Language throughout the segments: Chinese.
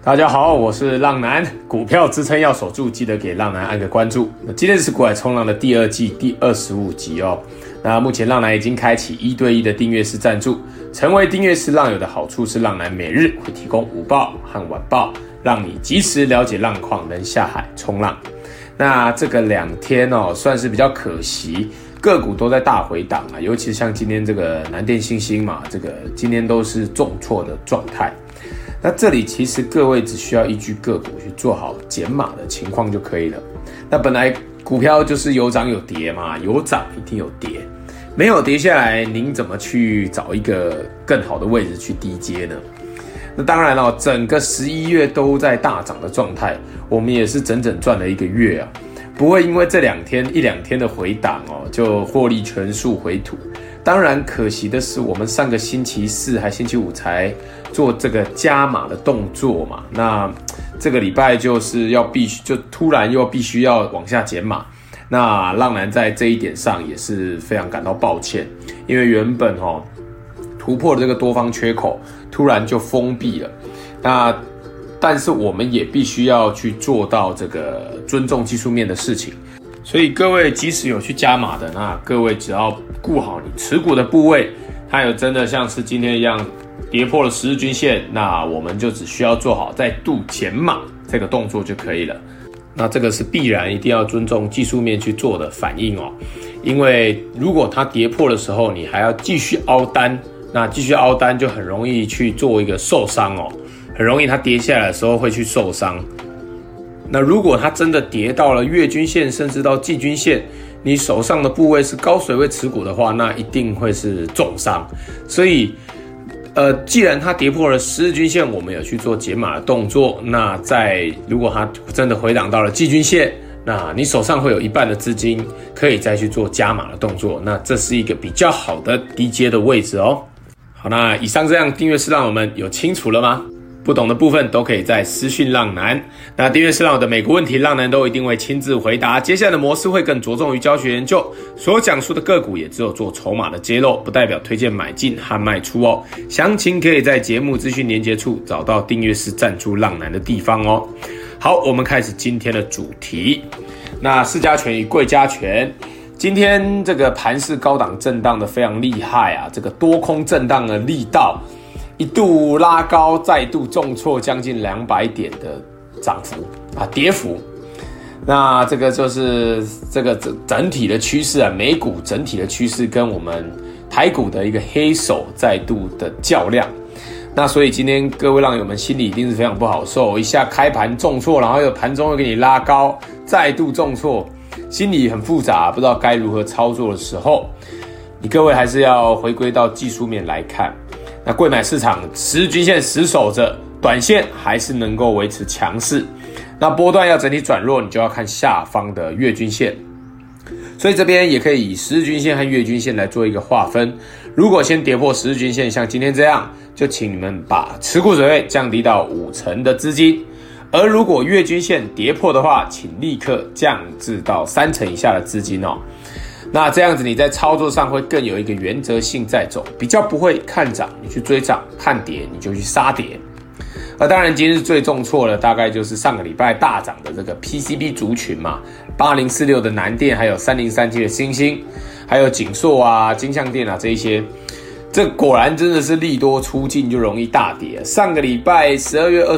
大家好，我是浪男，股票支撑要守住，记得给浪男按个关注。今天是股海冲浪的第二季第25集哦。那目前浪男已经开启1对1的订阅式赞助，成为订阅式浪友的好处是浪男每日会提供午报和晚报，让你及时了解浪况，能下海冲浪。那这个2天哦，算是比较可惜，个股都在大回档啊，尤其是像今天这个南电星星嘛，这个今天都是重挫的状态。那这里其实各位只需要依据个股去做好减码的情况就可以了。那本来股票就是有涨有跌嘛，有涨一定有跌，没有跌下来，您怎么去找一个更好的位置去低接呢？那当然了，整个11月都在大涨的状态，我们也是整整赚了1个月啊，不会因为这一两天的回档哦，就获利全数回吐。当然可惜的是，我们上个星期4还星期5才做这个加码的动作嘛，那这个礼拜就是突然又必须要往下减码。那浪男在这一点上也是非常感到抱歉，因为原本突破了这个多方缺口，突然就封闭了。但是我们也必须要去做到这个尊重技术面的事情。所以各位即使有去加码的，那各位只要顾好你持股的部位，它有真的像是今天一样跌破了10日均线，那我们就只需要做好再度减码这个动作就可以了。那这个是必然一定要尊重技术面去做的反应哦，因为如果它跌破的时候，你还要继续凹单，那继续凹单就很容易去做一个受伤哦，很容易它跌下来的时候会去受伤。那如果它真的跌到了月均线甚至到季均线，你手上的部位是高水位持股的话，那一定会是重伤。所以既然它跌破了10日均线，我们有去做减码的动作，那如果它真的回档到了季均线，那你手上会有一半的资金可以再去做加码的动作，那这是一个比较好的低阶的位置哦。好，那以上这样订阅式浪友们有清楚了吗？不懂的部分都可以在私讯浪男。那订阅式浪友的每个问题，浪男都一定会亲自回答。接下来的模式会更着重于教学研究，所讲述的个股也只有做筹码的揭露，不代表推荐买进和卖出哦。详情可以在节目资讯连结处找到订阅式赞助浪男的地方哦。好，我们开始今天的主题。那市加权与贵加权，今天这个盘势高档震荡的非常厉害啊，这个多空震荡的力道一度拉高，再度重挫将近200点的涨幅啊，跌幅。那这个就是这个整体的趋势啊，美股整体的趋势跟我们台股的一个黑手再度的较量。那所以今天各位浪友们心里一定是非常不好受，一下开盘重挫，然后又盘中又给你拉高，再度重挫，心里很复杂，不知道该如何操作的时候，你各位还是要回归到技术面来看。那柜买市场10日均线死守着，短线还是能够维持强势。那波段要整体转弱，你就要看下方的月均线。所以这边也可以以10日均线和月均线来做一个划分。如果先跌破10日均线，像今天这样，就请你们把持股水位降低到50%的资金。而如果月均线跌破的话，请立刻降至到30%以下的资金哦。那这样子你在操作上会更有一个原则性在走，比较不会看涨你去追涨，看跌你就去杀跌。当然今天是最重挫的，大概就是上个礼拜大涨的这个 PCB 族群嘛，8046的南电，还有3037的星星，还有景硕啊、金像电啊这一些，这果然真的是利多出尽就容易大跌。上个礼拜12月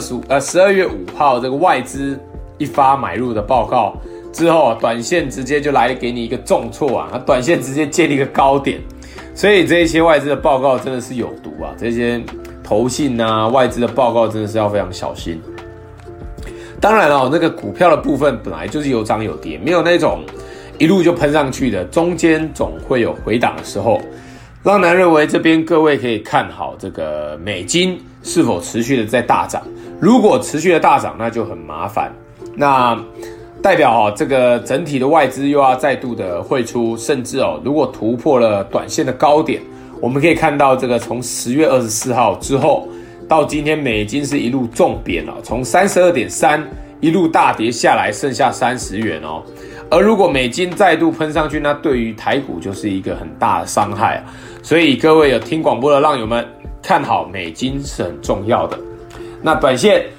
5号这个外资一发买入的报告之后，短线直接就来给你一个重挫啊，短线直接建立一个高点，所以这些外资的报告真的是有毒啊，这些投信啊外资的报告真的是要非常小心。当然了，那个股票的部分本来就是有涨有跌，没有那种一路就喷上去的，中间总会有回档的时候。浪男认为这边各位可以看好这个美金是否持续的在大涨，如果持续的大涨那就很麻烦，那代表这个整体的外资又要再度的汇出，甚至如果突破了短线的高点，我们可以看到这个从10月24号之后到今天美金是一路重贬了，从 32.3 一路大跌下来，剩下30元哦。而如果美金再度喷上去，那对于台股就是一个很大的伤害啊。所以各位有听广播的浪友们，看好美金是很重要的。那短线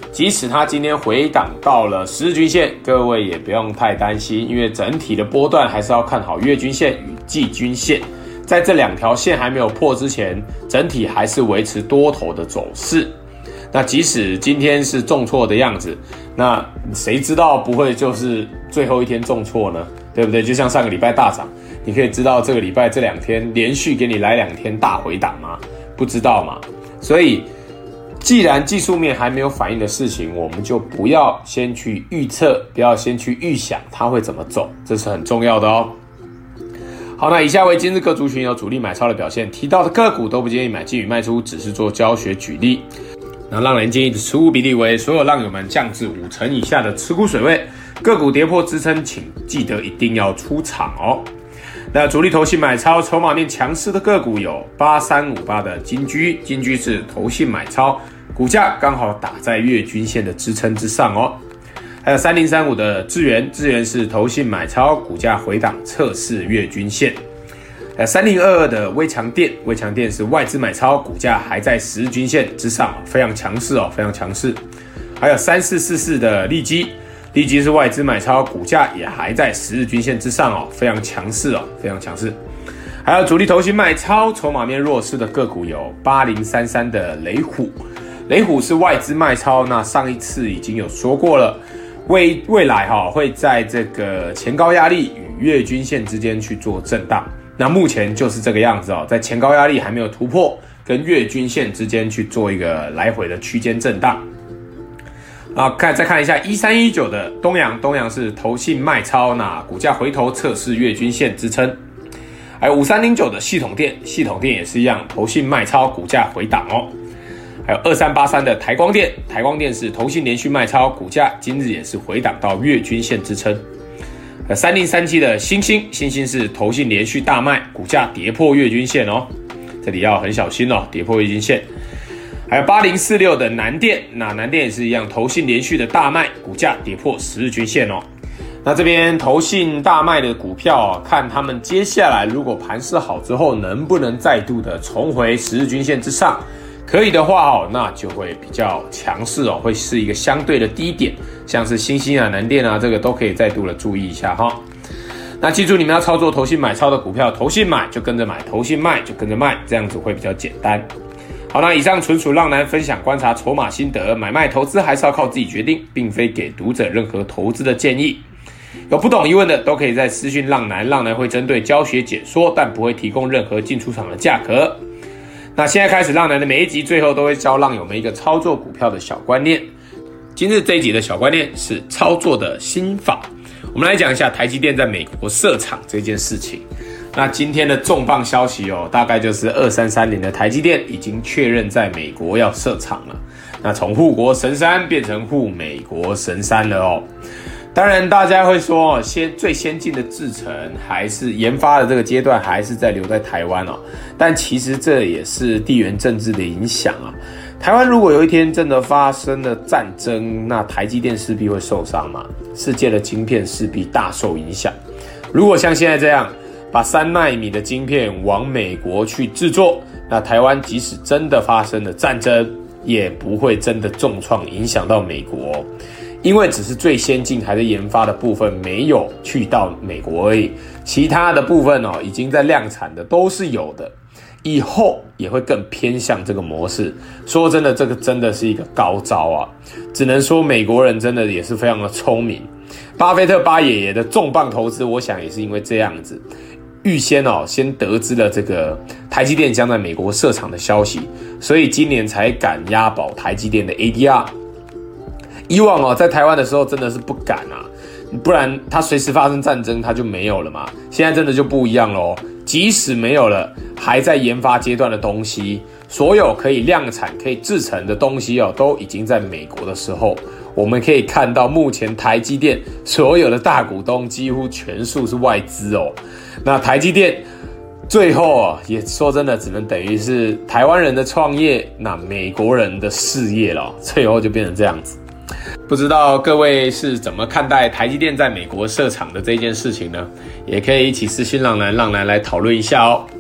即使它今天回档到了10日均线，各位也不用太担心，因为整体的波段还是要看好月均线与季均线。在这2条线还没有破之前，整体还是维持多头的走势。那即使今天是重挫的样子，那谁知道不会就是最后一天重挫呢？对不对？就像上个礼拜大涨，你可以知道这个礼拜这2天连续给你来2天大回档吗？不知道嘛。所以既然技术面还没有反应的事情，我们就不要先去预测，不要先去预想它会怎么走，这是很重要的哦。好，那以下为今日各族群有主力买超的表现，提到的个股都不建议买进与卖出，只是做教学举例。那浪人建议的持股比例为所有浪友们降至5成以下的持股水位，个股跌破支撑，请记得一定要出场哦。那主力投信买超筹码面强势的个股有8358的金居，金居是投信买超，股价刚好打在月均线的支撑之上哦。还有3035的智原，智原是投信买超，股价回档测试月均线。3022的威强电，威强电是外资买超，股价还在10日均线之上，非常强势哦，非常强势。还有3444的利基，利基是外资买超，股价也还在10日均线之上哦，非常强势哦，非常强势。还有主力投信卖超，筹码面弱势的个股有8033的雷虎，雷虎是外资卖超，那上一次已经有说过了，未来会在这个前高压力与月均线之间去做震荡。那目前就是这个样子哦，在前高压力还没有突破，跟月均线之间去做一个来回的区间震荡。再看一下1319的东阳，东阳是投信卖超，那股价回头测试月均线支撑。还有5309的系统电，系统电也是一样，投信卖超，股价回档哦。还有2383的台光电，台光电是投信连续卖超，股价今日也是回档到月均线支撑。3037的星星，星星是投信连续大卖，股价跌破月均线哦，这里要很小心哦，跌破月均线。还有8046的南电，那南电也是一样，投信连续的大卖，股价跌破10日均线哦。那这边投信大卖的股票看他们接下来如果盘势好之后，能不能再度的重回10日均线之上？可以的话那就会比较强势哦，会是一个相对的低点，像是星星啊、南电啊，这个都可以再度的注意一下哈。那记住，你们要操作投信买超的股票，投信买就跟着买，投信卖就跟着卖，这样子会比较简单。好，那以上纯属浪男分享观察筹码心得，买卖投资还是要靠自己决定，并非给读者任何投资的建议。有不懂疑问的都可以在私讯浪男，浪男会针对教学解说，但不会提供任何进出场的价格。那现在开始，浪男的每一集最后都会教浪友们一个操作股票的小观念。今日这一集的小观念是操作的心法。我们来讲一下台积电在美国设厂这件事情。那今天的重磅消息大概就是2330的台积电已经确认在美国要设厂了。那从护国神山变成护美国神山了哦。当然大家会说最先进的制程还是研发的这个阶段还是在留在台湾哦，但其实这也是地缘政治的影响啊。台湾如果有一天真的发生了战争，那台积电势必会受伤嘛，世界的晶片势必大受影响。如果像现在这样把3奈米的晶片往美国去制作，那台湾即使真的发生了战争，也不会真的重创影响到美国哦。因为只是最先进还在研发的部分没有去到美国而已，其他的部分已经在量产的都是有的，以后也会更偏向这个模式。说真的，这个真的是一个高招啊，只能说美国人真的也是非常的聪明。巴菲特巴爷爷的重磅投资，我想也是因为这样子，预先先得知了这个台积电将在美国设厂的消息，所以今年才敢押宝台积电的 ADR。以往在台湾的时候真的是不敢啊，不然它随时发生战争它就没有了嘛。现在真的就不一样咯，即使没有了，还在研发阶段的东西，所有可以量产可以制成的东西都已经在美国的时候，我们可以看到目前台积电所有的大股东几乎全数是外资哦。那台积电最后也说真的只能等于是台湾人的创业，那美国人的事业了，最后就变成这样子。不知道各位是怎么看待台积电在美国设厂的这件事情呢？也可以一起私讯浪男来讨论一下哦。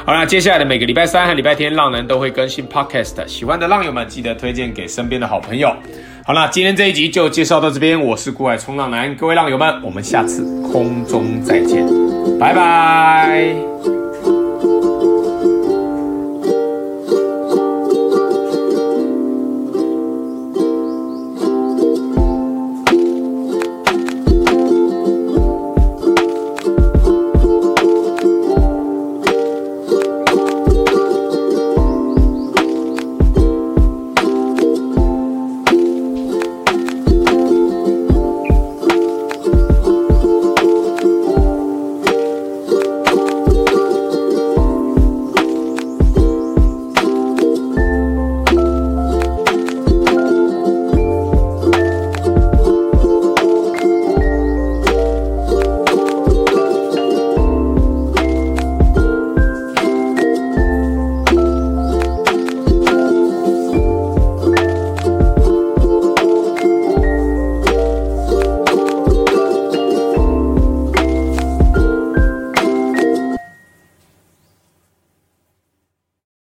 好啦，接下来的每个礼拜三和礼拜天，浪男都会更新 podcast， 喜欢的浪友们记得推荐给身边的好朋友。好啦，今天这一集就介绍到这边，我是股海冲浪男，各位浪友们，我们下次空中再见，拜拜。